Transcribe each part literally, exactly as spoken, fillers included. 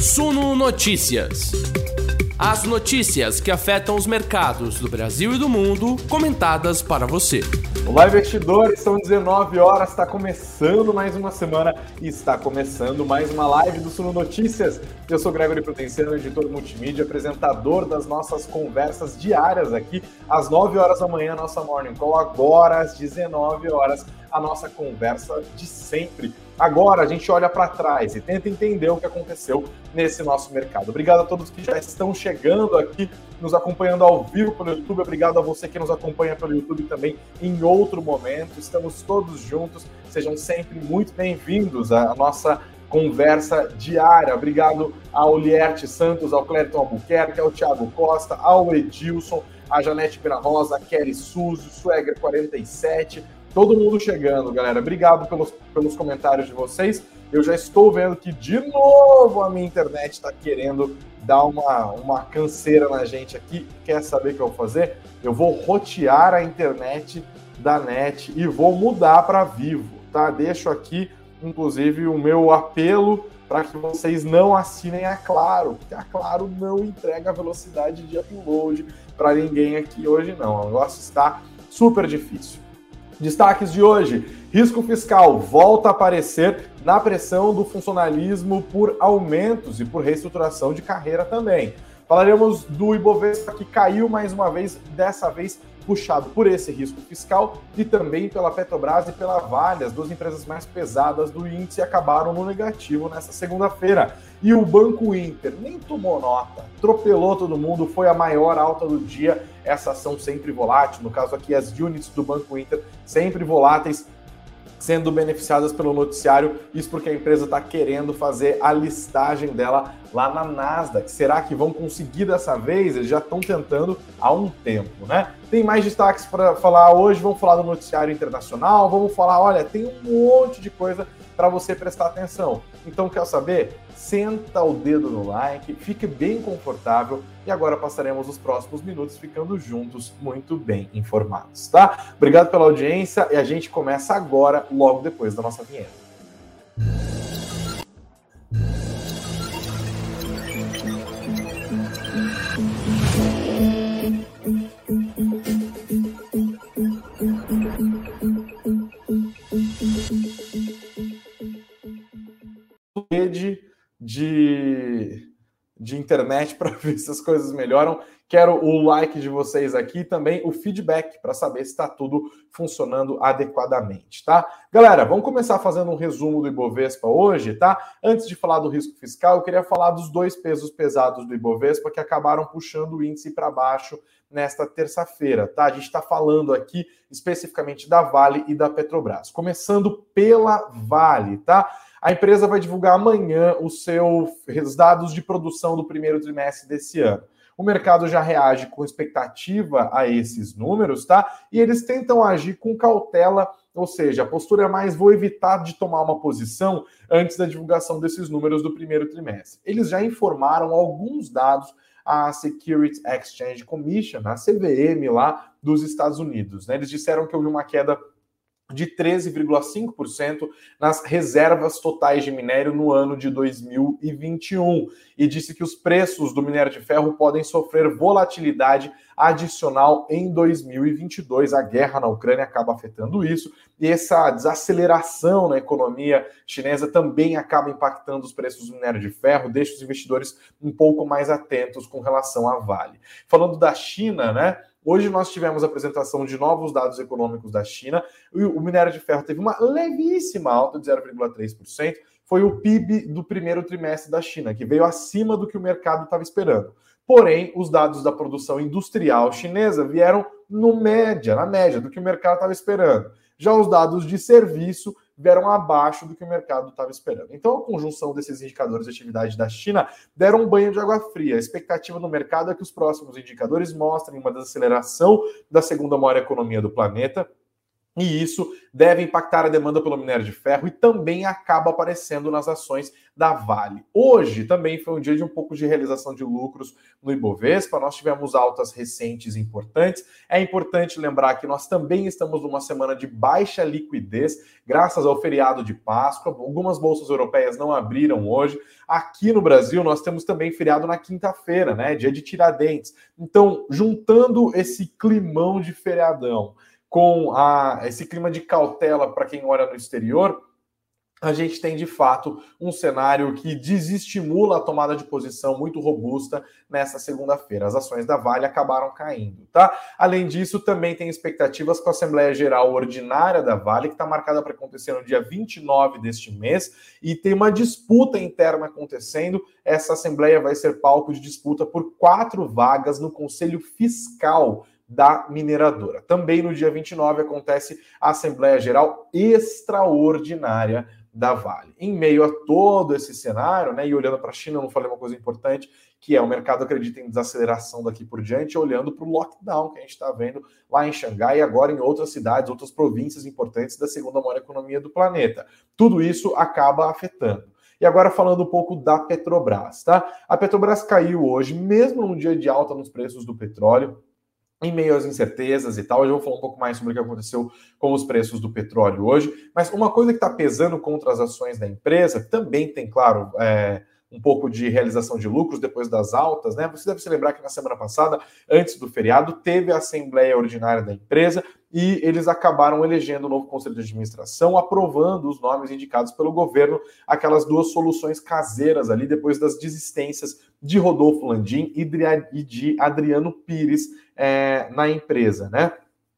Suno Notícias. As notícias que afetam os mercados do Brasil e do mundo, comentadas para você. Olá, investidores, são dezenove horas, está começando mais uma semana e está começando mais uma live do Suno Notícias. Eu sou Gregory Prudenciano, editor multimídia, apresentador das nossas conversas diárias aqui, às nove horas da manhã, nossa Morning Call, agora às dezenove horas, a nossa conversa de sempre. Agora a gente olha para trás e tenta entender o que aconteceu nesse nosso mercado. Obrigado a todos que já estão chegando aqui, nos acompanhando ao vivo pelo YouTube. Obrigado a você que nos acompanha pelo YouTube também em outro momento. Estamos todos juntos. Sejam sempre muito bem-vindos à nossa conversa diária. Obrigado ao Lierte Santos, ao Clériton Albuquerque, ao Thiago Costa, ao Edilson, a Janete Pena Rosa, a Kelly Suzy, o Swagger quarenta e sete. Todo mundo chegando, galera. Obrigado pelos, pelos comentários de vocês. Eu já estou vendo que, de novo, a minha internet está querendo dar uma, uma canseira na gente aqui. Quer saber o que eu vou fazer? Eu vou rotear a internet da net e vou mudar para Vivo, tá? Deixo aqui, inclusive, o meu apelo para que vocês não assinem a Claro, porque a Claro não entrega velocidade de upload para ninguém aqui hoje, não. O negócio está super difícil. Destaques de hoje: risco fiscal volta a aparecer na pressão do funcionalismo por aumentos e por reestruturação de carreira também. Falaremos do Ibovespa, que caiu mais uma vez, dessa vez puxado por esse risco fiscal, e também pela Petrobras e pela Vale. As duas empresas mais pesadas do índice acabaram no negativo nessa segunda-feira. E o Banco Inter nem tomou nota, atropelou todo mundo, foi a maior alta do dia, essa ação sempre volátil, no caso aqui as units do Banco Inter sempre voláteis, sendo beneficiadas pelo noticiário, isso porque a empresa está querendo fazer a listagem dela lá na Nasdaq. Será que vão conseguir dessa vez? Eles já estão tentando há um tempo, né? Tem mais destaques para falar hoje, vamos falar do noticiário internacional, vamos falar, olha, tem um monte de coisa para você prestar atenção. Então, quer saber? Senta o dedo no like, fique bem confortável e agora passaremos os próximos minutos ficando juntos, muito bem informados, tá? Obrigado pela audiência e a gente começa agora, logo depois da nossa vinheta. Rede de, de internet para ver se as coisas melhoram. Quero o like de vocês aqui e também o feedback para saber se está tudo funcionando adequadamente, tá? Galera, vamos começar fazendo um resumo do Ibovespa hoje, tá? Antes de falar do risco fiscal, eu queria falar dos dois pesos pesados do Ibovespa que acabaram puxando o índice para baixo nesta terça-feira, tá? A gente está falando aqui especificamente da Vale e da Petrobras. Começando pela Vale, tá? A empresa vai divulgar amanhã os seus dados de produção do primeiro trimestre desse ano. O mercado já reage com expectativa a esses números, tá? E eles tentam agir com cautela, ou seja, a postura é mais vou evitar de tomar uma posição antes da divulgação desses números do primeiro trimestre. Eles já informaram alguns dados à Securities Exchange Commission, a C V M lá dos Estados Unidos, né? Eles disseram que houve uma queda de treze vírgula cinco por cento nas reservas totais de minério no ano de dois mil e vinte e um e disse que os preços do minério de ferro podem sofrer volatilidade adicional em dois mil e vinte e dois. A guerra na Ucrânia acaba afetando isso e essa desaceleração na economia chinesa também acaba impactando os preços do minério de ferro, deixa os investidores um pouco mais atentos com relação à Vale. Falando da China, né? Hoje nós tivemos a apresentação de novos dados econômicos da China e o minério de ferro teve uma levíssima alta de zero vírgula três por cento. Foi o P I B do primeiro trimestre da China, que veio acima do que o mercado estava esperando. Porém, os dados da produção industrial chinesa vieram no média, na média do que o mercado estava esperando. Já os dados de serviço vieram abaixo do que o mercado estava esperando. Então, a conjunção desses indicadores de atividade da China deram um banho de água fria. A expectativa no mercado é que os próximos indicadores mostrem uma desaceleração da segunda maior economia do planeta, E isso deve impactar a demanda pelo minério de ferro e também acaba aparecendo nas ações da Vale. Hoje também foi um dia de um pouco de realização de lucros no Ibovespa, nós tivemos altas recentes importantes. É importante lembrar que nós também estamos numa semana de baixa liquidez, graças ao feriado de Páscoa. Algumas bolsas europeias não abriram hoje. Aqui no Brasil nós temos também feriado na quinta-feira, né? Dia de Tiradentes. Então, juntando esse climão de feriadão com a, esse clima de cautela para quem olha no exterior, a gente tem, de fato, um cenário que desestimula a tomada de posição muito robusta nessa segunda-feira. As ações da Vale acabaram caindo, tá? Além disso, também tem expectativas com a Assembleia Geral Ordinária da Vale, que está marcada para acontecer no dia vinte e nove deste mês, e tem uma disputa interna acontecendo. Essa Assembleia vai ser palco de disputa por quatro vagas no Conselho Fiscal da mineradora. Também no dia vinte e nove acontece a Assembleia Geral Extraordinária da Vale. Em meio a todo esse cenário, né, e olhando para a China, eu não falei uma coisa importante, que é o mercado acredita em desaceleração daqui por diante, olhando para o lockdown que a gente está vendo lá em Xangai e agora em outras cidades, outras províncias importantes da segunda maior economia do planeta. Tudo isso acaba afetando. E agora falando um pouco da Petrobras, tá? A Petrobras caiu hoje, mesmo num dia de alta nos preços do petróleo, em meio às incertezas e tal. Hoje eu vou falar um pouco mais sobre o que aconteceu com os preços do petróleo hoje, mas uma coisa que está pesando contra as ações da empresa, também tem, claro, é, um pouco de realização de lucros depois das altas, né? Você deve se lembrar que na semana passada, antes do feriado, teve a Assembleia Ordinária da empresa e eles acabaram elegendo o novo Conselho de Administração, aprovando os nomes indicados pelo governo, aquelas duas soluções caseiras ali, depois das desistências de Rodolfo Landim e de Adriano Pires é, na empresa, né?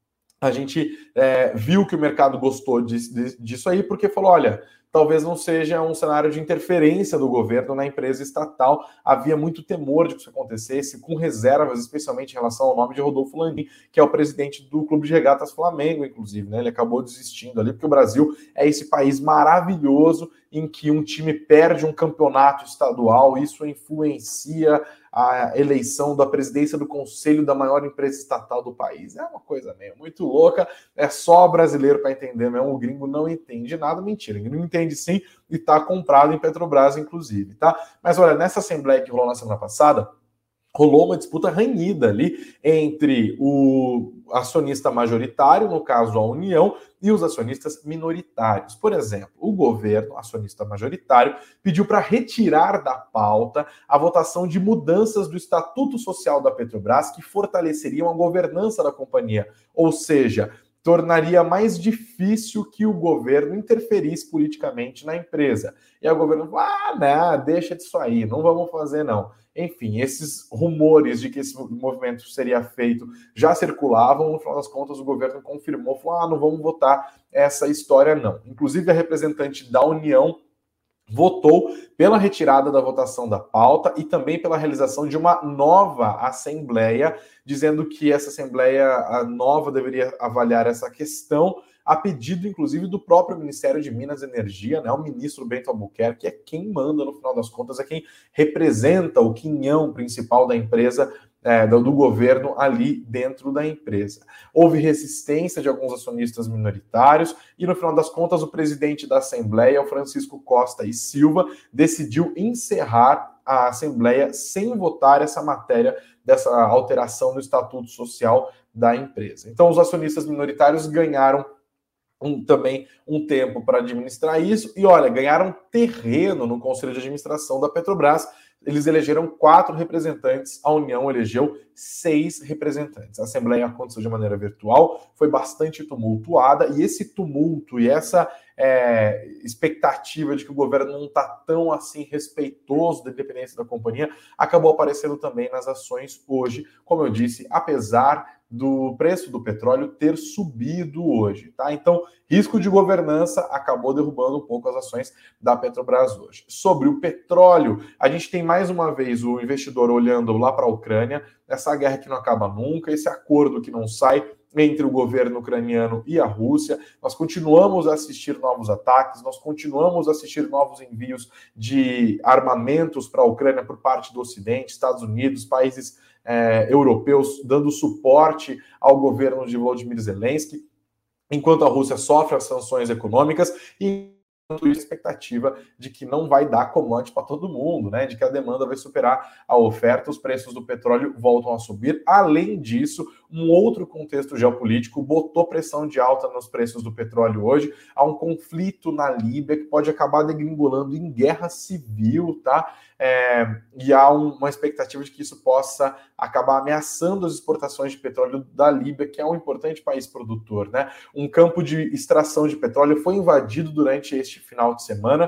A gente é, viu que o mercado gostou de, de, disso aí, porque falou, olha, talvez não seja um cenário de interferência do governo na empresa estatal. Havia muito temor de que isso acontecesse, com reservas, especialmente em relação ao nome de Rodolfo Landim, que é o presidente do Clube de Regatas Flamengo, inclusive, né? Ele acabou desistindo ali, porque o Brasil é esse país maravilhoso em que um time perde um campeonato estadual, isso influencia a eleição da presidência do conselho da maior empresa estatal do país. É uma coisa meio muito louca, é só brasileiro para entender mesmo, o gringo não entende nada, mentira, o gringo entende sim e está comprado em Petrobras, inclusive, tá? Mas olha, nessa assembleia que rolou na semana passada, rolou uma disputa renhida ali entre o acionista majoritário, no caso a União, e os acionistas minoritários. Por exemplo, o governo, acionista majoritário, pediu para retirar da pauta a votação de mudanças do Estatuto Social da Petrobras que fortaleceriam a governança da companhia, ou seja, tornaria mais difícil que o governo interferisse politicamente na empresa. E aí o governo falou, ah, não, deixa disso aí, não vamos fazer não. Enfim, esses rumores de que esse movimento seria feito já circulavam, no final das contas o governo confirmou, falou, ah, não vamos votar essa história não. Inclusive a representante da União votou pela retirada da votação da pauta e também pela realização de uma nova assembleia, dizendo que essa assembleia nova deveria avaliar essa questão, a pedido, inclusive, do próprio Ministério de Minas e Energia, né? O ministro Bento Albuquerque, que é quem manda, no final das contas, é quem representa o quinhão principal da empresa, É, do, do governo ali dentro da empresa. Houve resistência de alguns acionistas minoritários e, no final das contas, o presidente da Assembleia, o Francisco Costa e Silva, decidiu encerrar a Assembleia sem votar essa matéria dessa alteração no Estatuto Social da empresa. Então, os acionistas minoritários ganharam Um, também um tempo para administrar isso, e olha, ganharam terreno no Conselho de Administração da Petrobras. Eles elegeram quatro representantes, a União elegeu seis representantes. A Assembleia aconteceu de maneira virtual, foi bastante tumultuada, e esse tumulto e essa é, expectativa de que o governo não está tão assim respeitoso da independência da companhia acabou aparecendo também nas ações hoje, como eu disse, apesar do preço do petróleo ter subido hoje, tá? Então, risco de governança acabou derrubando um pouco as ações da Petrobras hoje. Sobre o petróleo, a gente tem mais uma vez o investidor olhando lá para a Ucrânia, essa guerra que não acaba nunca, esse acordo que não sai entre o governo ucraniano e a Rússia. Nós continuamos a assistir novos ataques, nós continuamos a assistir novos envios de armamentos para a Ucrânia por parte do Ocidente, Estados Unidos, países é, europeus dando suporte ao governo de Volodymyr Zelensky. enquanto a Rússia sofre as sanções econômicas e a expectativa de que não vai dar commodity para todo mundo, né? De que a demanda vai superar a oferta, os preços do petróleo voltam a subir. Além disso, um outro contexto geopolítico botou pressão de alta nos preços do petróleo hoje. Há um conflito na Líbia que pode acabar degringolando em guerra civil, tá? É, e há um, uma expectativa de que isso possa acabar ameaçando as exportações de petróleo da Líbia, que é um importante país produtor, né? Um campo de extração de petróleo foi invadido durante este final de semana,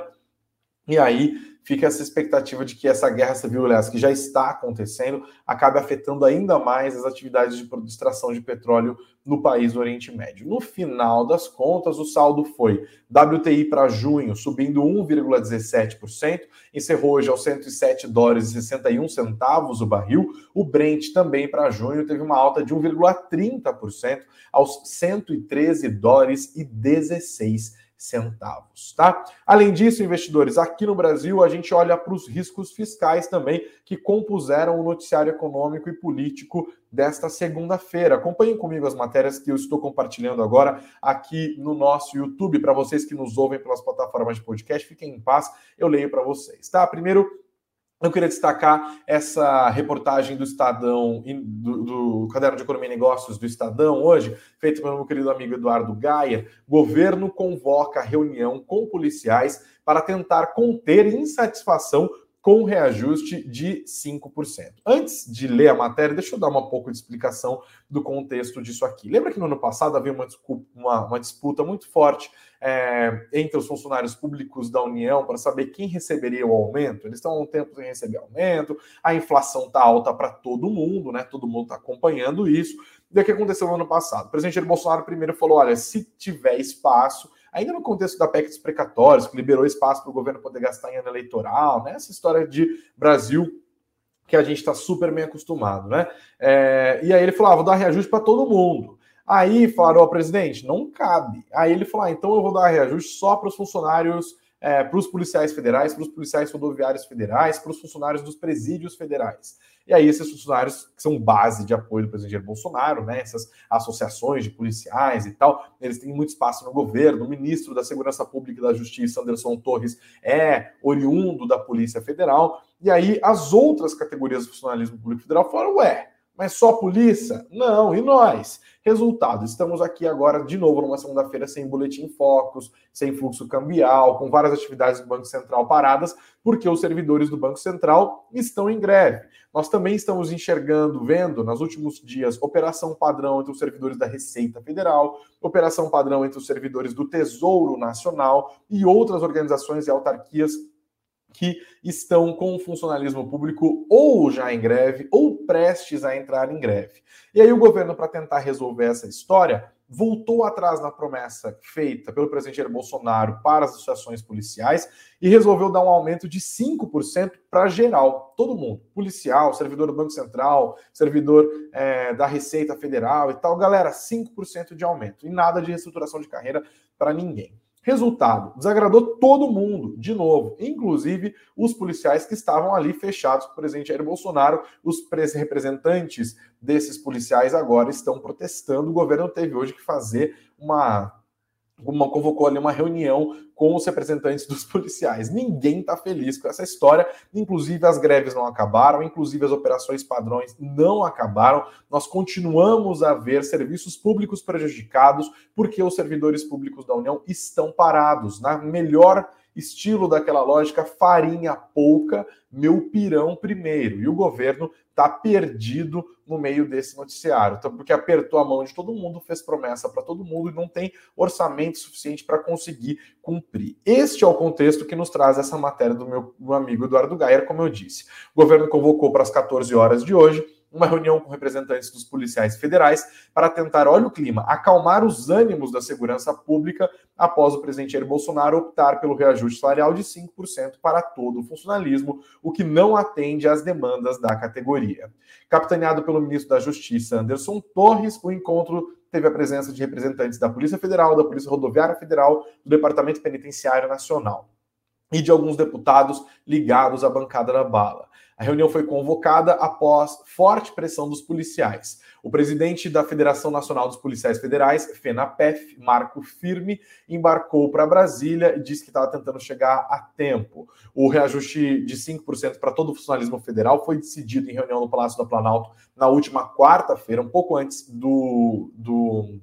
e aí fica essa expectativa de que essa guerra civil, aliás, que já está acontecendo, acabe afetando ainda mais as atividades de extração de petróleo no país do Oriente Médio. No final das contas, o saldo foi W T I para junho subindo um vírgula dezessete por cento, encerrou hoje aos cento e sete dólares e sessenta e um centavos o barril. O Brent também para junho teve uma alta de um vírgula trinta por cento aos cento e treze dólares e dezesseis centavos, tá? Além disso, investidores, aqui no Brasil a gente olha para os riscos fiscais também que compuseram o noticiário econômico e político desta segunda-feira. Acompanhem comigo as matérias que eu estou compartilhando agora aqui no nosso YouTube. Para vocês que nos ouvem pelas plataformas de podcast, fiquem em paz, eu leio para vocês, tá? Primeiro, eu queria destacar essa reportagem do Estadão, do, do Caderno de Economia e Negócios do Estadão, hoje, feita pelo meu querido amigo Eduardo Gayer. Governo convoca reunião com policiais para tentar conter insatisfação com reajuste de cinco por cento. Antes de ler a matéria, deixa eu dar um pouco de explicação do contexto disso aqui. Lembra que no ano passado havia uma, uma, uma disputa muito forte é, entre os funcionários públicos da União para saber quem receberia o aumento? Eles estão há um tempo sem receber aumento, a inflação está alta para todo mundo, né? Todo mundo está acompanhando isso. E o que aconteceu no ano passado? O presidente Jair Bolsonaro primeiro falou, olha, se tiver espaço, ainda no contexto da P E C dos precatórios, que liberou espaço para o governo poder gastar em ano eleitoral, né? Essa história de Brasil que a gente está super bem acostumado, né? É, e aí ele falou, ah, vou dar reajuste para todo mundo. Aí falaram, ó, presidente, não cabe. Aí ele falou, ah, então eu vou dar reajuste só para os funcionários, é, para os policiais federais, para os policiais rodoviários federais, para os funcionários dos presídios federais. E aí esses funcionários que são base de apoio do presidente Jair Bolsonaro, né, essas associações de policiais e tal, eles têm muito espaço no governo. O ministro da Segurança Pública e da Justiça, Anderson Torres, é oriundo da Polícia Federal. E aí as outras categorias do funcionalismo público federal falaram, ué, mas só a polícia? Não, e nós? Resultado, estamos aqui agora de novo numa segunda-feira sem boletim focus, sem fluxo cambial, com várias atividades do Banco Central paradas, porque os servidores do Banco Central estão em greve. Nós também estamos enxergando, vendo, nos últimos dias, operação padrão entre os servidores da Receita Federal, operação padrão entre os servidores do Tesouro Nacional e outras organizações e autarquias que estão com o funcionalismo público ou já em greve ou prestes a entrar em greve. E aí o governo, para tentar resolver essa história, voltou atrás na promessa feita pelo presidente Jair Bolsonaro para as associações policiais e resolveu dar um aumento de cinco por cento para geral, todo mundo, policial, servidor do Banco Central, servidor é, da Receita Federal e tal. Galera, cinco por cento de aumento e nada de reestruturação de carreira para ninguém. Resultado, desagradou todo mundo, de novo, inclusive os policiais que estavam ali fechados com o presidente Jair Bolsonaro. Os representantes desses policiais agora estão protestando. O governo teve hoje que fazer uma... uma convocou ali uma reunião com os representantes dos policiais. Ninguém está feliz com essa história, inclusive as greves não acabaram, inclusive as operações padrões não acabaram. Nós continuamos a ver serviços públicos prejudicados porque os servidores públicos da União estão parados. Na melhor estilo daquela lógica, farinha pouca, meu pirão primeiro. E o governo está perdido no meio desse noticiário, então, porque apertou a mão de todo mundo, fez promessa para todo mundo e não tem orçamento suficiente para conseguir cumprir. Este é o contexto que nos traz essa matéria do meu, meu amigo Eduardo Gayer, como eu disse. O governo convocou para as quatorze horas de hoje uma reunião com representantes dos policiais federais para tentar, olha o clima, acalmar os ânimos da segurança pública após o presidente Jair Bolsonaro optar pelo reajuste salarial de cinco por cento para todo o funcionalismo, o que não atende às demandas da categoria. Capitaneado pelo ministro da Justiça, Anderson Torres, o encontro teve a presença de representantes da Polícia Federal, da Polícia Rodoviária Federal, do Departamento Penitenciário Nacional. e de alguns deputados ligados à bancada da bala. A reunião foi convocada após forte pressão dos policiais. O presidente da Federação Nacional dos Policiais Federais, FENAPEF, Marco Firme, embarcou para Brasília e disse que estava tentando chegar a tempo. O reajuste de cinco por cento para todo o funcionalismo federal foi decidido em reunião no Palácio do Planalto na última quarta-feira, um pouco antes do... do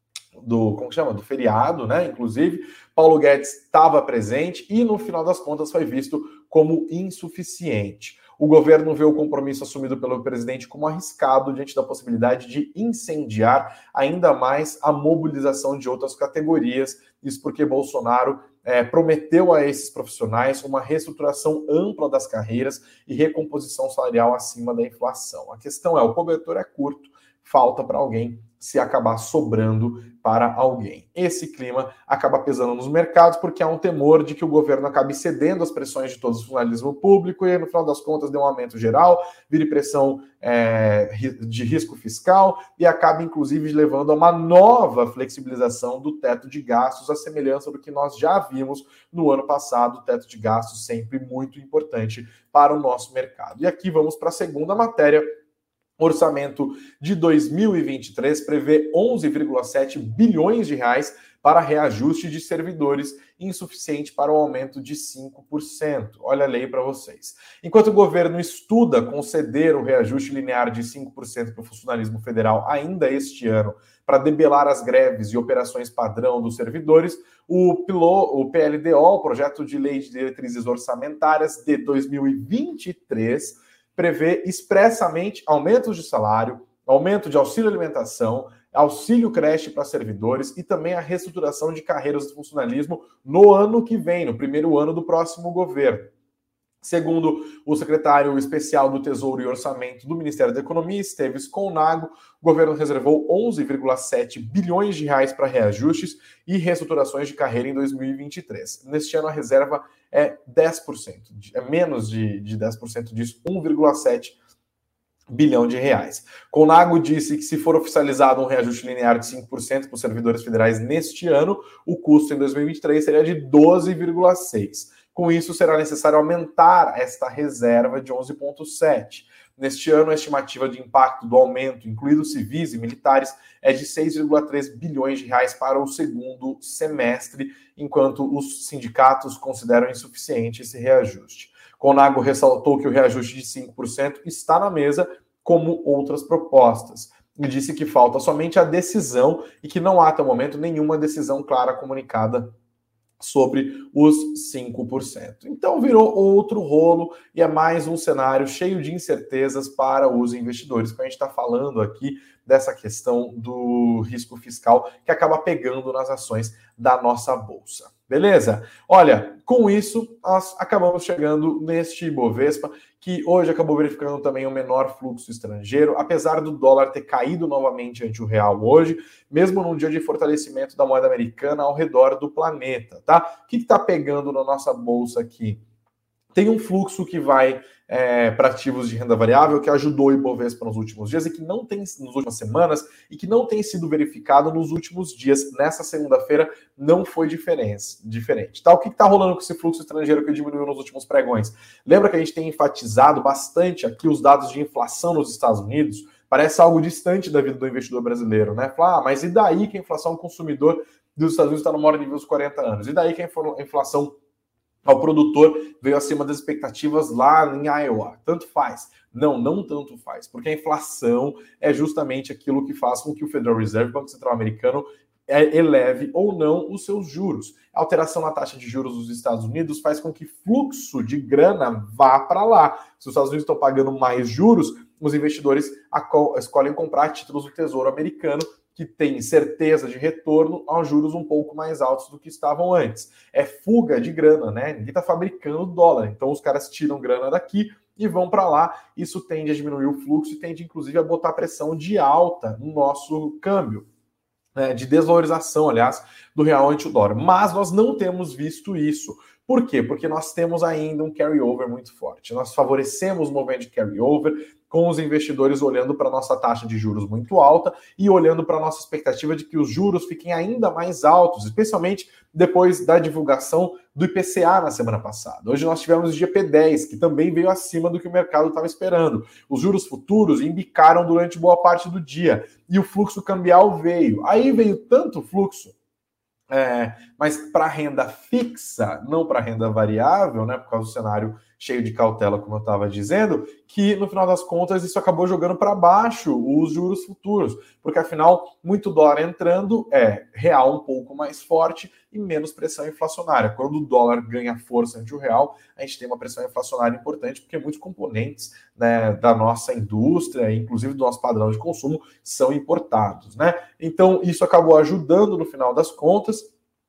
do, como que chama? Do feriado, né? Inclusive, Paulo Guedes estava presente e, no final das contas, foi visto como insuficiente. O governo vê o compromisso assumido pelo presidente como arriscado diante da possibilidade de incendiar ainda mais a mobilização de outras categorias. Isso porque Bolsonaro é, prometeu a esses profissionais uma reestruturação ampla das carreiras e recomposição salarial acima da inflação. A questão é, o cobertor é curto, falta para alguém se acabar sobrando para alguém. Esse clima acaba pesando nos mercados porque há um temor de que o governo acabe cedendo às pressões de todo o funcionalismo público e, no final das contas, dê um aumento geral, vire pressão é, de risco fiscal e acabe, inclusive, levando a uma nova flexibilização do teto de gastos, à semelhança do que nós já vimos no ano passado, o teto de gastos sempre muito importante para o nosso mercado. E aqui vamos para a segunda matéria. O orçamento de dois mil e vinte e três prevê onze vírgula sete bilhões de reais para reajuste de servidores, insuficiente para o aumento de cinco por cento. Olha a lei para vocês. Enquanto o governo estuda conceder o reajuste linear de cinco por cento para o funcionalismo federal ainda este ano, para debelar as greves e operações padrão dos servidores, o, PLO, o P L D O, o Projeto de Lei de Diretrizes Orçamentárias de dois mil e vinte e três, prevê expressamente aumentos de salário, aumento de auxílio alimentação, auxílio creche para servidores e também a reestruturação de carreiras do funcionalismo no ano que vem, no primeiro ano do próximo governo. Segundo o secretário especial do Tesouro e Orçamento do Ministério da Economia, Esteves Colnago, o governo reservou onze vírgula sete bilhões de reais para reajustes e reestruturações de carreira em dois mil e vinte e três. Neste ano, a reserva é dez por cento, é menos de, de dez por cento disso, um vírgula sete bilhão de reais. Colnago disse que, se for oficializado um reajuste linear de cinco por cento para os servidores federais neste ano, o custo em dois mil e vinte e três seria de doze vírgula seis por cento. Com isso, será necessário aumentar esta reserva de onze vírgula sete por cento. Neste ano, a estimativa de impacto do aumento, incluídos civis e militares, é de seis vírgula três bilhões de reais para o segundo semestre, enquanto os sindicatos consideram insuficiente esse reajuste. Colnago ressaltou que o reajuste de cinco por cento está na mesa, como outras propostas, e disse que falta somente a decisão e que não há, até o momento, nenhuma decisão clara comunicada sobre os cinco por cento. Então virou outro rolo e é mais um cenário cheio de incertezas para os investidores, porque a gente está falando aqui dessa questão do risco fiscal que acaba pegando nas ações da nossa bolsa. Beleza? Olha, com isso, nós acabamos chegando neste Ibovespa, que hoje acabou verificando também um menor fluxo estrangeiro, apesar do dólar ter caído novamente ante o real hoje, mesmo num dia de fortalecimento da moeda americana ao redor do planeta, tá? O que está pegando na nossa bolsa aqui? Tem um fluxo que vai é, para ativos de renda variável que ajudou o Ibovespa nos últimos dias e que não tem, nas últimas semanas, e que não tem sido verificado nos últimos dias. Nessa segunda-feira não foi diferente. diferente tá? O que está rolando com esse fluxo estrangeiro que diminuiu nos últimos pregões? Lembra que a gente tem enfatizado bastante aqui os dados de inflação nos Estados Unidos? Parece algo distante da vida do investidor brasileiro, né? Fala, ah, mas e daí que a inflação consumidor dos Estados Unidos está no maior nível dos quarenta anos? E daí que a inflação ao produtor veio acima das expectativas lá em Iowa? Tanto faz. Não, não tanto faz, porque a inflação é justamente aquilo que faz com que o Federal Reserve, Banco Central Americano, eleve ou não os seus juros. A alteração na taxa de juros dos Estados Unidos faz com que fluxo de grana vá para lá. Se os Estados Unidos estão pagando mais juros, os investidores escolhem comprar títulos do Tesouro Americano, que tem certeza de retorno aos juros um pouco mais altos do que estavam antes. É fuga de grana, né? Ninguém está fabricando dólar, então os caras tiram grana daqui e vão para lá. Isso tende a diminuir o fluxo e tende, inclusive, a botar pressão de alta no nosso câmbio, né? De desvalorização, aliás, do real ante o dólar. Mas nós não temos visto isso. Por quê? Porque nós temos ainda um carry-over muito forte. Nós favorecemos o movimento de carry-over, com os investidores olhando para a nossa taxa de juros muito alta e olhando para a nossa expectativa de que os juros fiquem ainda mais altos, especialmente depois da divulgação do I P C A na semana passada. Hoje nós tivemos o G P dez, que também veio acima do que o mercado estava esperando. Os juros futuros embicaram durante boa parte do dia e o fluxo cambial veio. Aí veio tanto fluxo, é, mas para renda fixa, não para renda variável, né, por causa do cenário cheio de cautela, como eu estava dizendo, que no final das contas isso acabou jogando para baixo os juros futuros, porque afinal, muito dólar entrando é real um pouco mais forte e menos pressão inflacionária. Quando o dólar ganha força ante o real, a gente tem uma pressão inflacionária importante, porque muitos componentes, né, da nossa indústria, inclusive do nosso padrão de consumo, são importados, né? Então isso acabou ajudando no final das contas,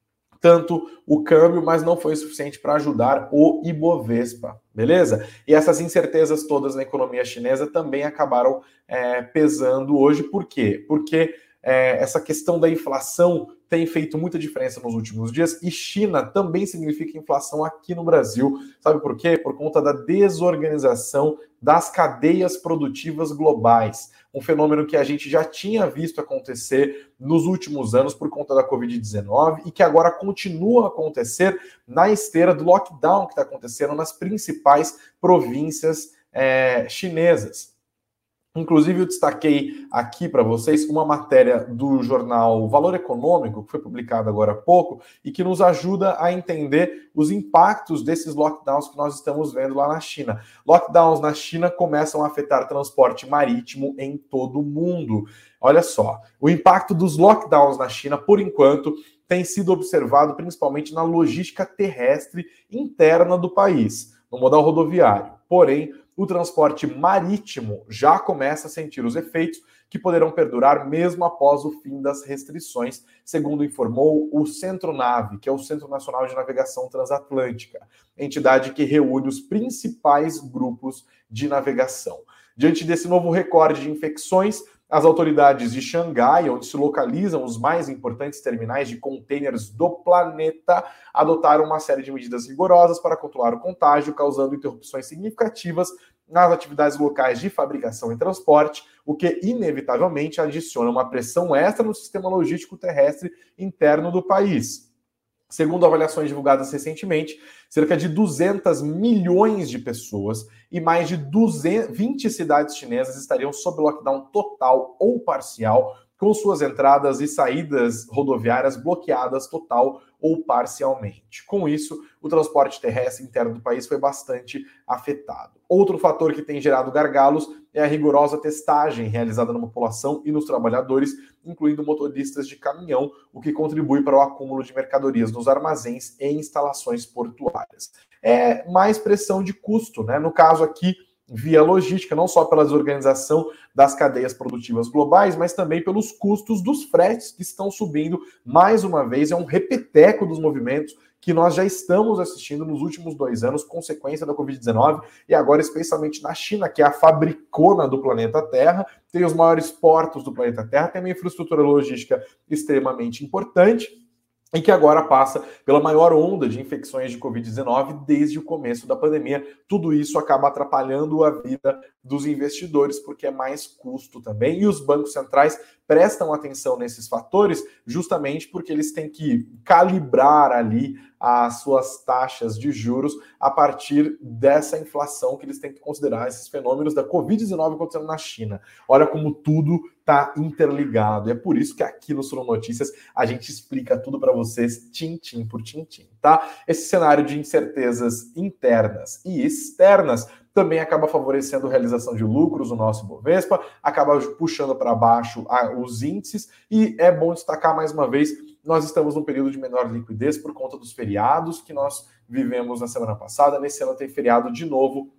tanto o câmbio, mas não foi suficiente para ajudar o Ibovespa, beleza? E essas incertezas todas na economia chinesa também acabaram é, pesando hoje. Por quê? Porque é, essa questão da inflação tem feito muita diferença nos últimos dias, e China também significa inflação aqui no Brasil. Sabe por quê? Por conta da desorganização das cadeias produtivas globais. Um fenômeno que a gente já tinha visto acontecer nos últimos anos por conta da covid dezenove e que agora continua a acontecer na esteira do lockdown que está acontecendo nas principais províncias é, chinesas. Inclusive, eu destaquei aqui para vocês uma matéria do jornal Valor Econômico, que foi publicada agora há pouco, e que nos ajuda a entender os impactos desses lockdowns que nós estamos vendo lá na China. Lockdowns na China começam a afetar transporte marítimo em todo o mundo. Olha só, o impacto dos lockdowns na China, por enquanto, tem sido observado principalmente na logística terrestre interna do país, no modal rodoviário. Porém, o transporte marítimo já começa a sentir os efeitos que poderão perdurar mesmo após o fim das restrições, segundo informou o Centro-Nav, que é o Centro Nacional de Navegação Transatlântica, entidade que reúne os principais grupos de navegação. Diante desse novo recorde de infecções, as autoridades de Xangai, onde se localizam os mais importantes terminais de contêineres do planeta, adotaram uma série de medidas rigorosas para controlar o contágio, causando interrupções significativas nas atividades locais de fabricação e transporte, o que inevitavelmente adiciona uma pressão extra no sistema logístico terrestre interno do país. Segundo avaliações divulgadas recentemente, cerca de duzentos milhões de pessoas e mais de duzentas, vinte cidades chinesas estariam sob lockdown total ou parcial, com suas entradas e saídas rodoviárias bloqueadas total ou parcialmente. Com isso, o transporte terrestre interno do país foi bastante afetado. Outro fator que tem gerado gargalos é a rigorosa testagem realizada na população e nos trabalhadores, incluindo motoristas de caminhão, o que contribui para o acúmulo de mercadorias nos armazéns e instalações portuárias. É mais pressão de custo, né? No caso aqui, via logística, não só pela desorganização das cadeias produtivas globais, mas também pelos custos dos fretes que estão subindo. Mais uma vez, é um repeteco dos movimentos que nós já estamos assistindo nos últimos dois anos, consequência da covid dezenove, e agora especialmente na China, que é a fabricona do planeta Terra, tem os maiores portos do planeta Terra, tem uma infraestrutura logística extremamente importante, e que agora passa pela maior onda de infecções de covid dezenove desde o começo da pandemia. Tudo isso acaba atrapalhando a vida dos investidores, porque é mais custo também. E os bancos centrais prestam atenção nesses fatores justamente porque eles têm que calibrar ali as suas taxas de juros a partir dessa inflação que eles têm que considerar, esses fenômenos da covid dezenove acontecendo na China. Olha como tudo está interligado. É por isso que aqui no Suno Notícias a gente explica tudo para vocês, tintim por tintim, tá? Esse cenário de incertezas internas e externas também acaba favorecendo a realização de lucros no nosso Ibovespa, acaba puxando para baixo os índices, e é bom destacar mais uma vez, nós estamos num período de menor liquidez por conta dos feriados que nós vivemos na semana passada. Nesse ano tem feriado de novo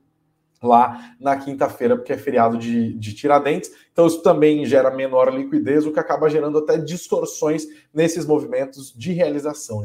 lá na quinta-feira, porque é feriado de, de Tiradentes, então isso também gera menor liquidez, o que acaba gerando até distorções nesses movimentos de realização de lucros.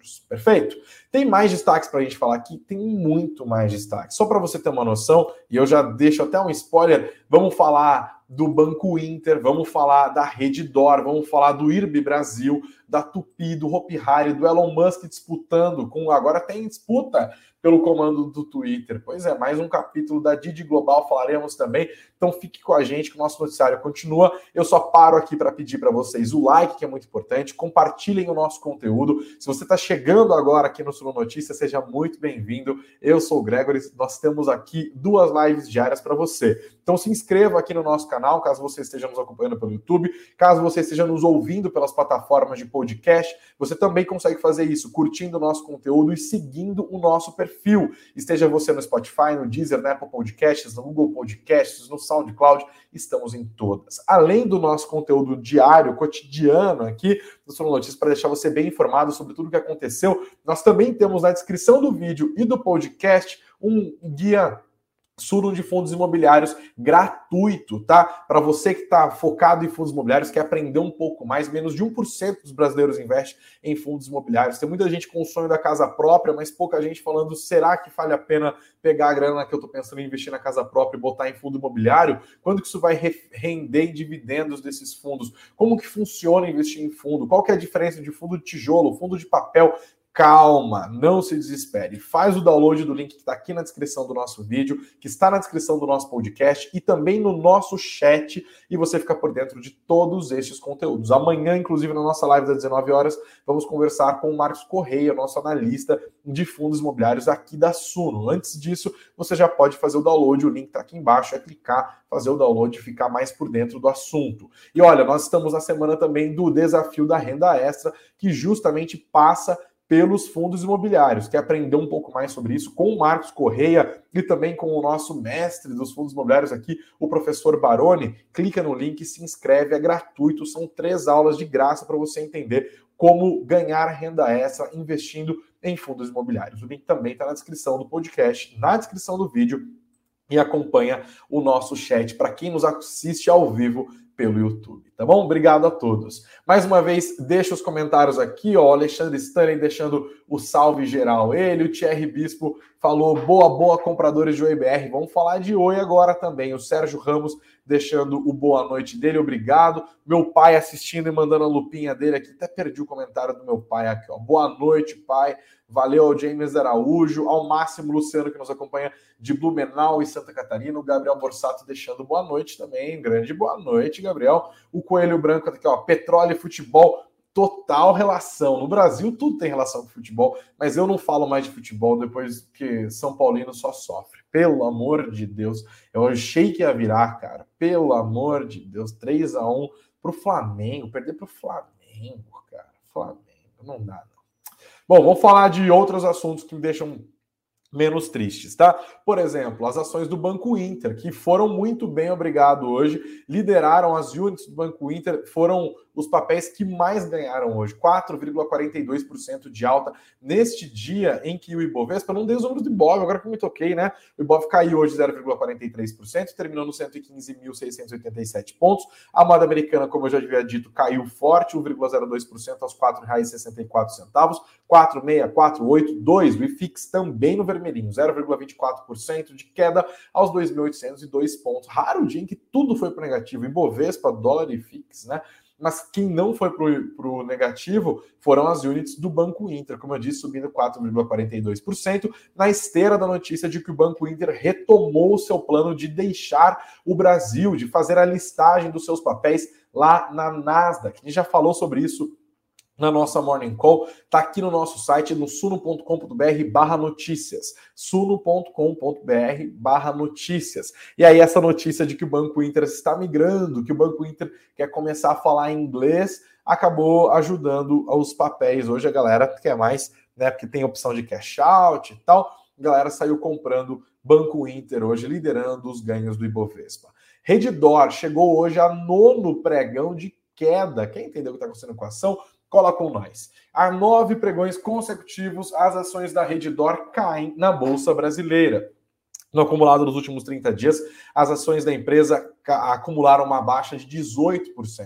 outros. Perfeito? Tem mais destaques para a gente falar aqui? Tem muito mais destaques. Só para você ter uma noção, e eu já deixo até um spoiler, vamos falar do Banco Inter, vamos falar da Redditor, vamos falar do I R B Brasil, da Tupi, do Hopi Hari, do Elon Musk disputando, com agora tem disputa pelo comando do Twitter. Pois é, mais um capítulo da Didi Global, falaremos também. Então fique com a gente que o nosso noticiário continua. Eu só paro aqui para pedir para vocês o like, que é muito importante. Compartilhem o nosso conteúdo. Se você está chegando agora aqui no Suno Notícias, seja muito bem-vindo. Eu sou o Gregory, nós temos aqui duas lives diárias para você. Então se inscreva aqui no nosso canal, caso você esteja nos acompanhando pelo YouTube, caso você esteja nos ouvindo pelas plataformas de podcast, você também consegue fazer isso, curtindo o nosso conteúdo e seguindo o nosso perfil. Esteja você no Spotify, no Deezer, na Apple Podcasts, no Google Podcasts, no SoundCloud, estamos em todas. Além do nosso conteúdo diário, cotidiano aqui do Suno Notícias, para deixar você bem informado sobre tudo o que aconteceu, nós também temos na descrição do vídeo e do podcast um guia Suno de fundos imobiliários gratuito, tá? Para você que está focado em fundos imobiliários, quer aprender um pouco mais, menos de um por cento dos brasileiros investe em fundos imobiliários. Tem muita gente com o sonho da casa própria, mas pouca gente falando, será que vale a pena pegar a grana que eu estou pensando em investir na casa própria e botar em fundo imobiliário? Quando que isso vai render em dividendos desses fundos? Como que funciona investir em fundo? Qual que é a diferença de fundo de tijolo, fundo de papel? Calma, não se desespere. Faz o download do link que está aqui na descrição do nosso vídeo, que está na descrição do nosso podcast e também no nosso chat, e você fica por dentro de todos estes conteúdos. Amanhã, inclusive, na nossa live das dezenove horas, vamos conversar com o Marcos Correia, nosso analista de fundos imobiliários aqui da Suno. Antes disso, você já pode fazer o download, o link está aqui embaixo, é clicar, fazer o download e ficar mais por dentro do assunto. E olha, nós estamos na semana também do desafio da renda extra, que justamente passa pelos fundos imobiliários. Quer aprender um pouco mais sobre isso com o Marcos Correia e também com o nosso mestre dos fundos imobiliários aqui, o professor Baroni? Clica no link e se inscreve, é gratuito, são três aulas de graça para você entender como ganhar renda extra investindo em fundos imobiliários. O link também está na descrição do podcast, na descrição do vídeo, e acompanha o nosso chat para quem nos assiste ao vivo pelo YouTube, tá bom? Obrigado a todos. Mais uma vez, deixa os comentários aqui, ó, o Alexandre Stanley deixando o salve geral. Ele, o Thierry Bispo falou, boa, boa, compradores de Oi B R. Vamos falar de Oi agora também. O Sérgio Ramos deixando o boa noite dele, obrigado. Meu pai assistindo e mandando a lupinha dele aqui. Até perdi o comentário do meu pai aqui, ó. Boa noite, pai. Valeu ao James Araújo, ao Máximo Luciano, que nos acompanha de Blumenau e Santa Catarina, o Gabriel Borsato deixando boa noite também, grande boa noite, Gabriel. O Coelho Branco aqui, ó, petróleo e futebol, total relação. No Brasil tudo tem relação com futebol, mas eu não falo mais de futebol depois que São Paulino só sofre. Pelo amor de Deus, eu achei que ia virar, cara, pelo amor de Deus, três a um pro Flamengo, perder pro Flamengo, cara, Flamengo, não dá, não. Bom, vamos falar de outros assuntos que me deixam menos tristes, tá? Por exemplo, as ações do Banco Inter, que foram muito bem, obrigado, hoje, lideraram as units do Banco Inter, foram os papéis que mais ganharam hoje, quatro vírgula quarenta e dois por cento de alta neste dia em que o Ibovespa, não dei os números do Ibov, agora que eu me toquei, né? O Ibov caiu hoje zero vírgula quarenta e três por cento, terminou nos cento e quinze mil seiscentos e oitenta e sete pontos. A moeda americana, como eu já havia dito, caiu forte, um vírgula zero dois por cento aos quatro reais e sessenta e quatro centavos, quatro vírgula seis quatro oito dois. O I F I X também no vermelhinho, zero vírgula vinte e quatro por cento de queda aos dois mil oitocentos e dois pontos. Raro dia em que tudo foi para o negativo, Ibovespa, dólar e I F I X, né? Mas quem não foi para o negativo foram as units do Banco Inter, como eu disse, subindo quatro vírgula quarenta e dois por cento, na esteira da notícia de que o Banco Inter retomou o seu plano de deixar o Brasil, de fazer a listagem dos seus papéis lá na Nasdaq. A gente já falou sobre isso na nossa Morning Call, tá aqui no nosso site, no suno ponto com ponto br barra notícias, suno ponto com ponto br barra notícias. E aí essa notícia de que o Banco Inter está migrando, que o Banco Inter quer começar a falar inglês, acabou ajudando os papéis. Hoje a galera quer mais, né, porque tem opção de cash out e tal, a galera saiu comprando Banco Inter hoje, liderando os ganhos do Ibovespa. Redditor chegou hoje a nono pregão de queda. Quer entender o que está acontecendo com a ação? Cola com nós. Há nove pregões consecutivos, as ações da Redditor caem na Bolsa Brasileira. No acumulado dos últimos trinta dias, as ações da empresa acumularam uma baixa de dezoito por cento.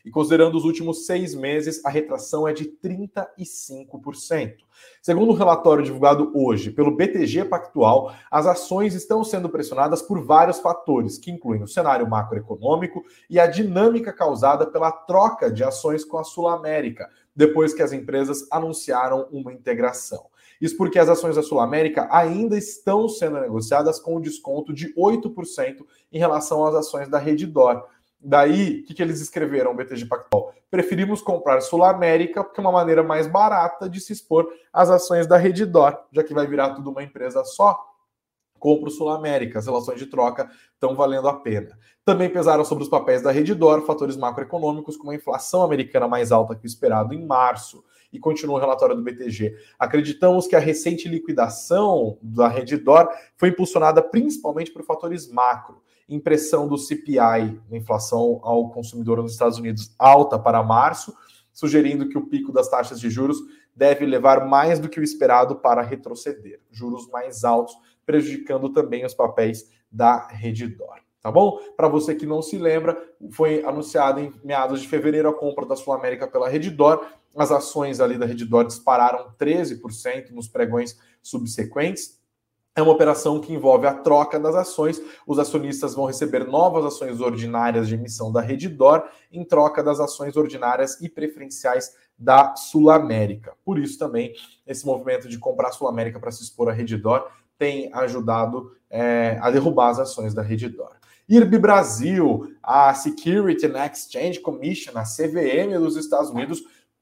E considerando os últimos seis meses, a retração é de trinta e cinco por cento. Segundo o relatório divulgado hoje pelo B T G Pactual, as ações estão sendo pressionadas por vários fatores, que incluem o cenário macroeconômico e a dinâmica causada pela troca de ações com a Sul América, depois que as empresas anunciaram uma integração. Isso porque as ações da Sul América ainda estão sendo negociadas com um desconto de oito por cento em relação às ações da Redditor. Daí, o que, que eles escreveram, o B T G Pactual? Preferimos comprar Sul América porque é uma maneira mais barata de se expor às ações da Redditor, já que vai virar tudo uma empresa só. Compra o Sul América, as relações de troca estão valendo a pena. Também pesaram sobre os papéis da Redditor fatores macroeconômicos, como a inflação americana mais alta que o esperado em março. E continua o relatório do B T G. Acreditamos que a recente liquidação da Redditor foi impulsionada principalmente por fatores macro. Impressão do C P I, inflação ao consumidor nos Estados Unidos, alta para março, sugerindo que o pico das taxas de juros deve levar mais do que o esperado para retroceder. Juros mais altos, prejudicando também os papéis da Redditor. Tá bom? Para você que não se lembra, foi anunciado em meados de fevereiro a compra da Sul América pela Redditor. As ações ali da Redditor dispararam treze por cento nos pregões subsequentes. É uma operação que envolve a troca das ações. Os acionistas vão receber novas ações ordinárias de emissão da Redditor em troca das ações ordinárias e preferenciais da Sul América. Por isso também, esse movimento de comprar a Sul América para se expor à Redditor tem ajudado é, a derrubar as ações da Redditor. I R B Brasil, a Security and Exchange Commission, a C V M dos Estados Unidos,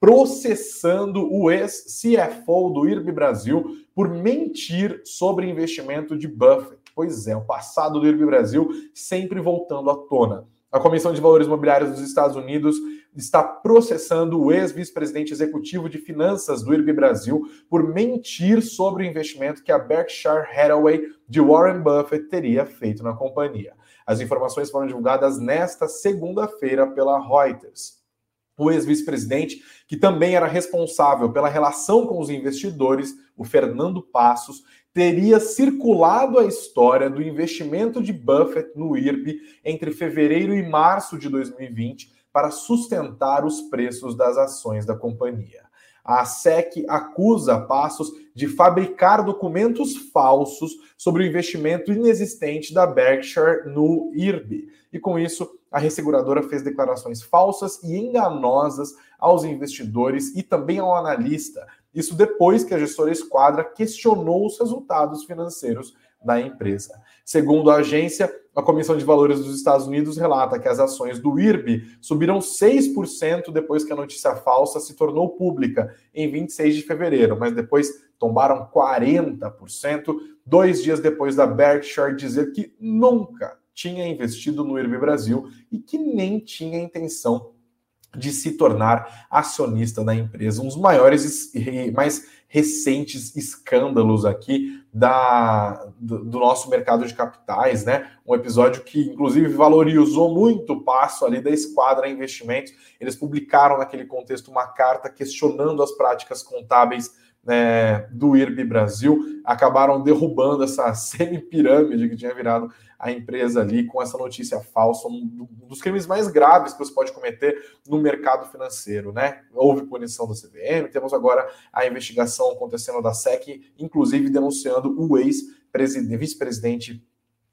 processando o ex-C F O do I R B Brasil por mentir sobre investimento de Buffett. Pois é, o passado do I R B Brasil sempre voltando à tona. A Comissão de Valores Imobiliários dos Estados Unidos está processando o ex-vice-presidente executivo de finanças do I R B Brasil por mentir sobre o investimento que a Berkshire Hathaway de Warren Buffett teria feito na companhia. As informações foram divulgadas nesta segunda-feira pela Reuters. O ex-vice-presidente, que também era responsável pela relação com os investidores, o Fernando Passos, teria circulado a história do investimento de Buffett no I R B entre fevereiro e março de dois mil e vinte para sustentar os preços das ações da companhia. A S E C acusa Passos de fabricar documentos falsos sobre o investimento inexistente da Berkshire no I R B. E com isso, a resseguradora fez declarações falsas e enganosas aos investidores e também ao analista. Isso depois que a gestora Esquadra questionou os resultados financeiros da empresa. Segundo a agência, a Comissão de Valores dos Estados Unidos relata que as ações do I R B subiram seis por cento depois que a notícia falsa se tornou pública em vinte e seis de fevereiro, mas depois tombaram quarenta por cento, dois dias depois da Berkshire dizer que nunca tinha investido no I R B Brasil e que nem tinha intenção de se tornar acionista da empresa. Um dos maiores e mais recentes escândalos aqui da, do, do nosso mercado de capitais, né? Um episódio que, inclusive, valorizou muito o passo ali da Esquadra Investimentos. Eles publicaram naquele contexto uma carta questionando as práticas contábeis É, do I R B Brasil, acabaram derrubando essa semi-pirâmide que tinha virado a empresa ali com essa notícia falsa, um dos crimes mais graves que você pode cometer no mercado financeiro, né? Houve punição da C V M, temos agora a investigação acontecendo da S E C, inclusive denunciando o ex-presidente, vice-presidente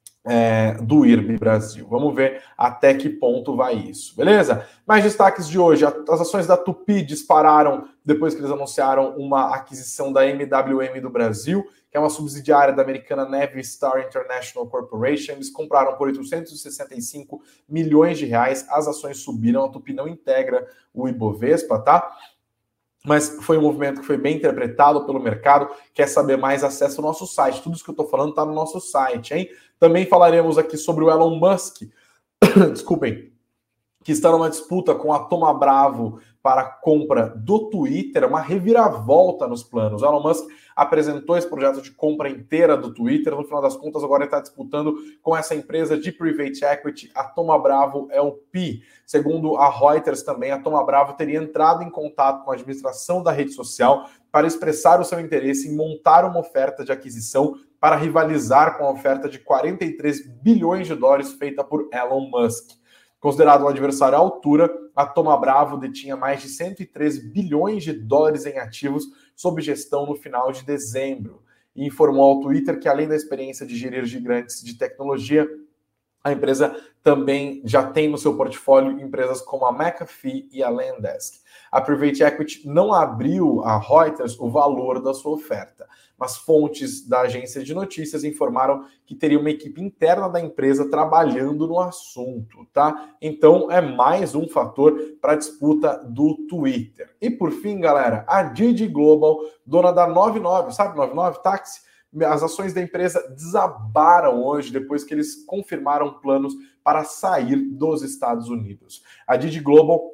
É, do I R B Brasil. Vamos ver até que ponto vai isso, beleza? Mais destaques de hoje, as ações da Tupi dispararam depois que eles anunciaram uma aquisição da M W M do Brasil, que é uma subsidiária da americana Navistar International Corporation. Eles compraram por oitocentos e sessenta e cinco milhões de reais, as ações subiram, a Tupi não integra o Ibovespa, tá? Mas foi um movimento que foi bem interpretado pelo mercado. Quer saber mais? Acesse o nosso site. Tudo isso que eu estou falando está no nosso site, hein? Também falaremos aqui sobre o Elon Musk, desculpem, que está numa disputa com a Thoma Bravo para a compra do Twitter, uma reviravolta nos planos. O Elon Musk apresentou esse projeto de compra inteira do Twitter, no final das contas agora ele está disputando com essa empresa de private equity, a Thoma Bravo L P. Segundo a Reuters também, a Thoma Bravo teria entrado em contato com a administração da rede social para expressar o seu interesse em montar uma oferta de aquisição para rivalizar com a oferta de quarenta e três bilhões de dólares feita por Elon Musk. Considerado um adversário à altura, a Thoma Bravo detinha mais de cento e três bilhões de dólares em ativos sob gestão no final de dezembro. E informou ao Twitter que, além da experiência de gerir gigantes de tecnologia, a empresa também já tem no seu portfólio empresas como a McAfee e a Lendesk. A Private Equity não abriu a Reuters o valor da sua oferta, mas fontes da agência de notícias informaram que teria uma equipe interna da empresa trabalhando no assunto, tá? Então é mais um fator para a disputa do Twitter. E por fim, galera, a Didi Global, dona da noventa e nove, sabe noventa e nove Táxi? As ações da empresa desabaram hoje depois que eles confirmaram planos para sair dos Estados Unidos. A Didi Global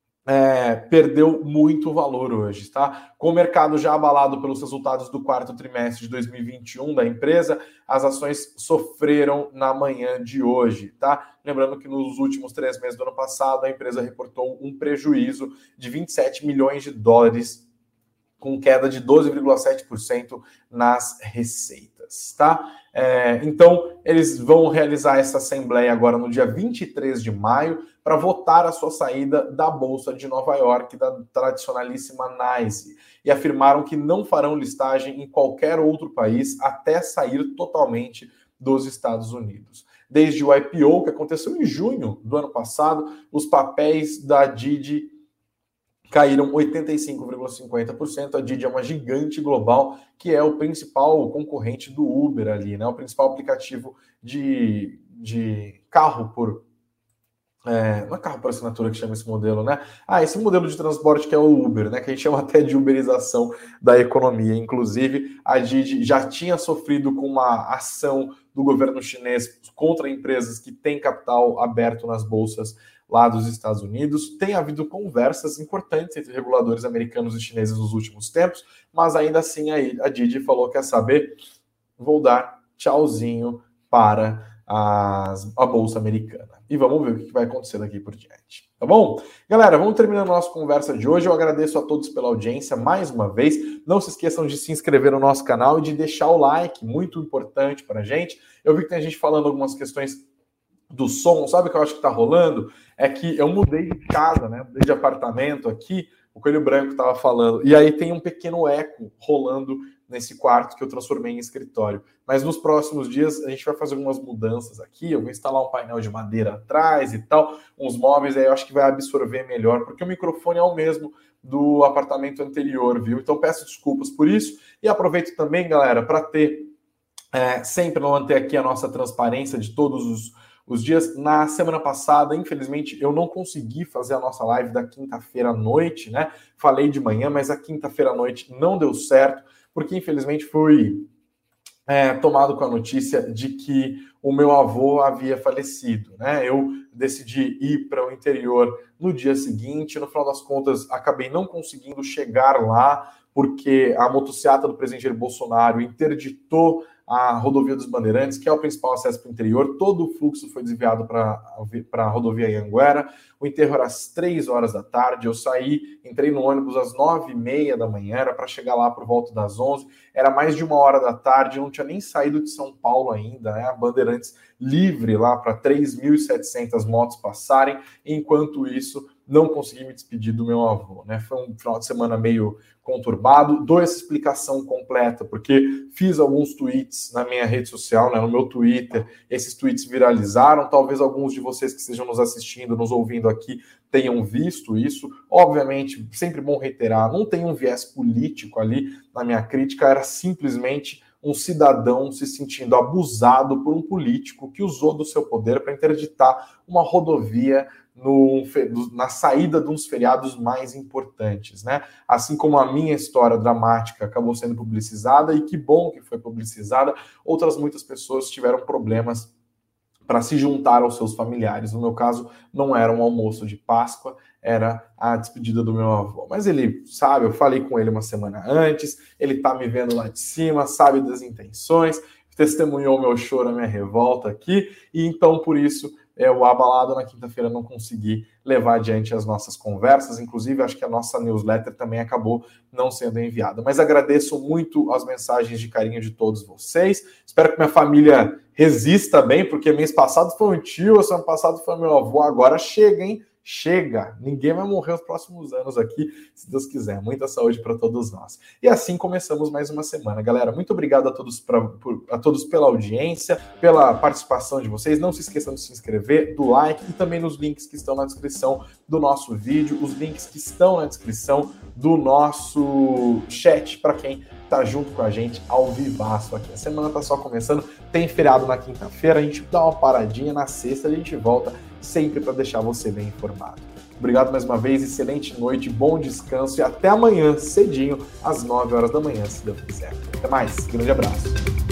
É, perdeu muito valor hoje, tá? Com o mercado já abalado pelos resultados do quarto trimestre de dois mil e vinte e um da empresa, as ações sofreram na manhã de hoje, tá? Lembrando que nos últimos três meses do ano passado, a empresa reportou um prejuízo de vinte e sete milhões de dólares, com queda de doze vírgula sete por cento nas receitas, tá? É, então, eles vão realizar essa assembleia agora no dia vinte e três de maio para votar a sua saída da Bolsa de Nova York, da tradicionalíssima NYSE, e afirmaram que não farão listagem em qualquer outro país até sair totalmente dos Estados Unidos. Desde o I P O, que aconteceu em junho do ano passado, os papéis da Didi caíram oitenta e cinco vírgula cinquenta por cento. A Didi é uma gigante global que é o principal concorrente do Uber ali, né? O principal aplicativo de, de carro por... É, não é carro por assinatura que chama esse modelo, né? Ah, esse modelo de transporte que é o Uber, né? Que a gente chama até de uberização da economia. Inclusive, a Didi já tinha sofrido com uma ação do governo chinês contra empresas que têm capital aberto nas bolsas lá dos Estados Unidos. Tem havido conversas importantes entre reguladores americanos e chineses nos últimos tempos, mas ainda assim a Didi falou, quer saber? Vou dar tchauzinho para as, a Bolsa Americana. E vamos ver o que vai acontecer daqui por diante. Tá bom? Galera, vamos terminando a nossa conversa de hoje. Eu agradeço a todos pela audiência mais uma vez. Não se esqueçam de se inscrever no nosso canal e de deixar o like, muito importante para a gente. Eu vi que tem gente falando algumas questões do som, sabe o que eu acho que tá rolando? É que eu mudei de casa, né? Mudei de apartamento aqui, o Coelho Branco tava falando, e aí tem um pequeno eco rolando nesse quarto que eu transformei em escritório. Mas nos próximos dias a gente vai fazer algumas mudanças aqui, eu vou instalar um painel de madeira atrás e tal, uns móveis, aí eu acho que vai absorver melhor, porque o microfone é o mesmo do apartamento anterior, viu? Então peço desculpas por isso, e aproveito também, galera, para ter, é, sempre manter aqui a nossa transparência de todos os Os dias. Na semana passada, infelizmente, eu não consegui fazer a nossa live da quinta-feira à noite, né? Falei de manhã, mas a quinta-feira à noite não deu certo, porque infelizmente fui é, tomado com a notícia de que o meu avô havia falecido, né? Eu decidi ir para o interior no dia seguinte, no final das contas, acabei não conseguindo chegar lá, porque a motociata do presidente Jair Bolsonaro interditou a rodovia dos Bandeirantes, que é o principal acesso para o interior. Todo o fluxo foi desviado para a rodovia Anhanguera. O enterro era às três horas da tarde. Eu saí, entrei no ônibus às nove e meia da manhã, era para chegar lá por volta das onze. Era mais de uma hora da tarde, eu não tinha nem saído de São Paulo ainda, né? A Bandeirantes livre lá para três mil e setecentas motos passarem. Enquanto isso, não consegui me despedir do meu avô, né? Foi um final de semana meio conturbado. Dou essa explicação completa, porque fiz alguns tweets na minha rede social, né, no meu Twitter. Esses tweets viralizaram. Talvez alguns de vocês que estejam nos assistindo, nos ouvindo aqui, tenham visto isso. Obviamente, sempre bom reiterar, não tem um viés político ali na minha crítica, era simplesmente um cidadão se sentindo abusado por um político que usou do seu poder para interditar uma rodovia No, na saída de uns feriados mais importantes, né? Assim como a minha história dramática acabou sendo publicizada, e que bom que foi publicizada, outras muitas pessoas tiveram problemas para se juntar aos seus familiares. No meu caso, não era um almoço de Páscoa, era a despedida do meu avô. Mas ele sabe, eu falei com ele uma semana antes, ele tá me vendo lá de cima, sabe das intenções, testemunhou meu choro, a minha revolta aqui, e então, por isso, eu, abalado na quinta-feira, não consegui levar adiante as nossas conversas. Inclusive, acho que a nossa newsletter também acabou não sendo enviada. Mas agradeço muito as mensagens de carinho de todos vocês. Espero que minha família resista bem, porque mês passado foi um tio, ano passado foi meu avô, agora chega, hein? Chega! Ninguém vai morrer nos próximos anos aqui, se Deus quiser. Muita saúde para todos nós. E assim começamos mais uma semana. Galera, muito obrigado a todos, pra, por, a todos pela audiência, pela participação de vocês. Não se esqueçam de se inscrever, do like e também nos links que estão na descrição do nosso vídeo, os links que estão na descrição do nosso chat, para quem tá junto com a gente ao vivaço aqui. A semana tá só começando, tem feriado na quinta-feira, a gente dá uma paradinha, na sexta a gente volta sempre para deixar você bem informado. Obrigado mais uma vez, excelente noite, bom descanso e até amanhã, cedinho, às nove horas da manhã, se Deus quiser. Até mais, grande abraço.